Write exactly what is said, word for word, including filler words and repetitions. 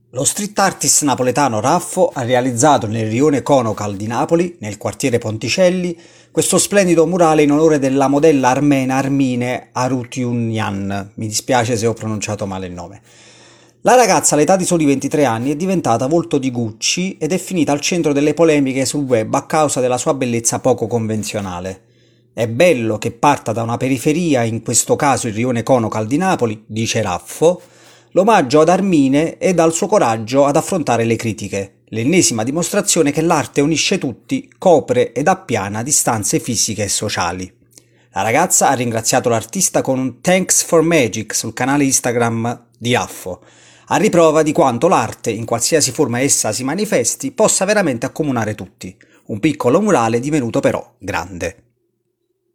Lo street artist napoletano Raffo ha realizzato nel rione Conocal di Napoli, nel quartiere Ponticelli, questo splendido murale in onore della modella armena Armine Arutyunyan. Mi dispiace se ho pronunciato male il nome. La ragazza all'età di soli ventitré anni è diventata volto di Gucci ed è finita al centro delle polemiche sul web a causa della sua bellezza poco convenzionale. È bello che parta da una periferia, in questo caso il rione Conocal di Napoli, dice Raffo. L'omaggio ad Armine e dal suo coraggio ad affrontare le critiche, l'ennesima dimostrazione che l'arte unisce tutti, copre ed appiana distanze fisiche e sociali. La ragazza ha ringraziato l'artista con un Thanks for Magic sul canale Instagram di Raffo, a riprova di quanto l'arte, in qualsiasi forma essa si manifesti, possa veramente accomunare tutti. Un piccolo murale divenuto però grande.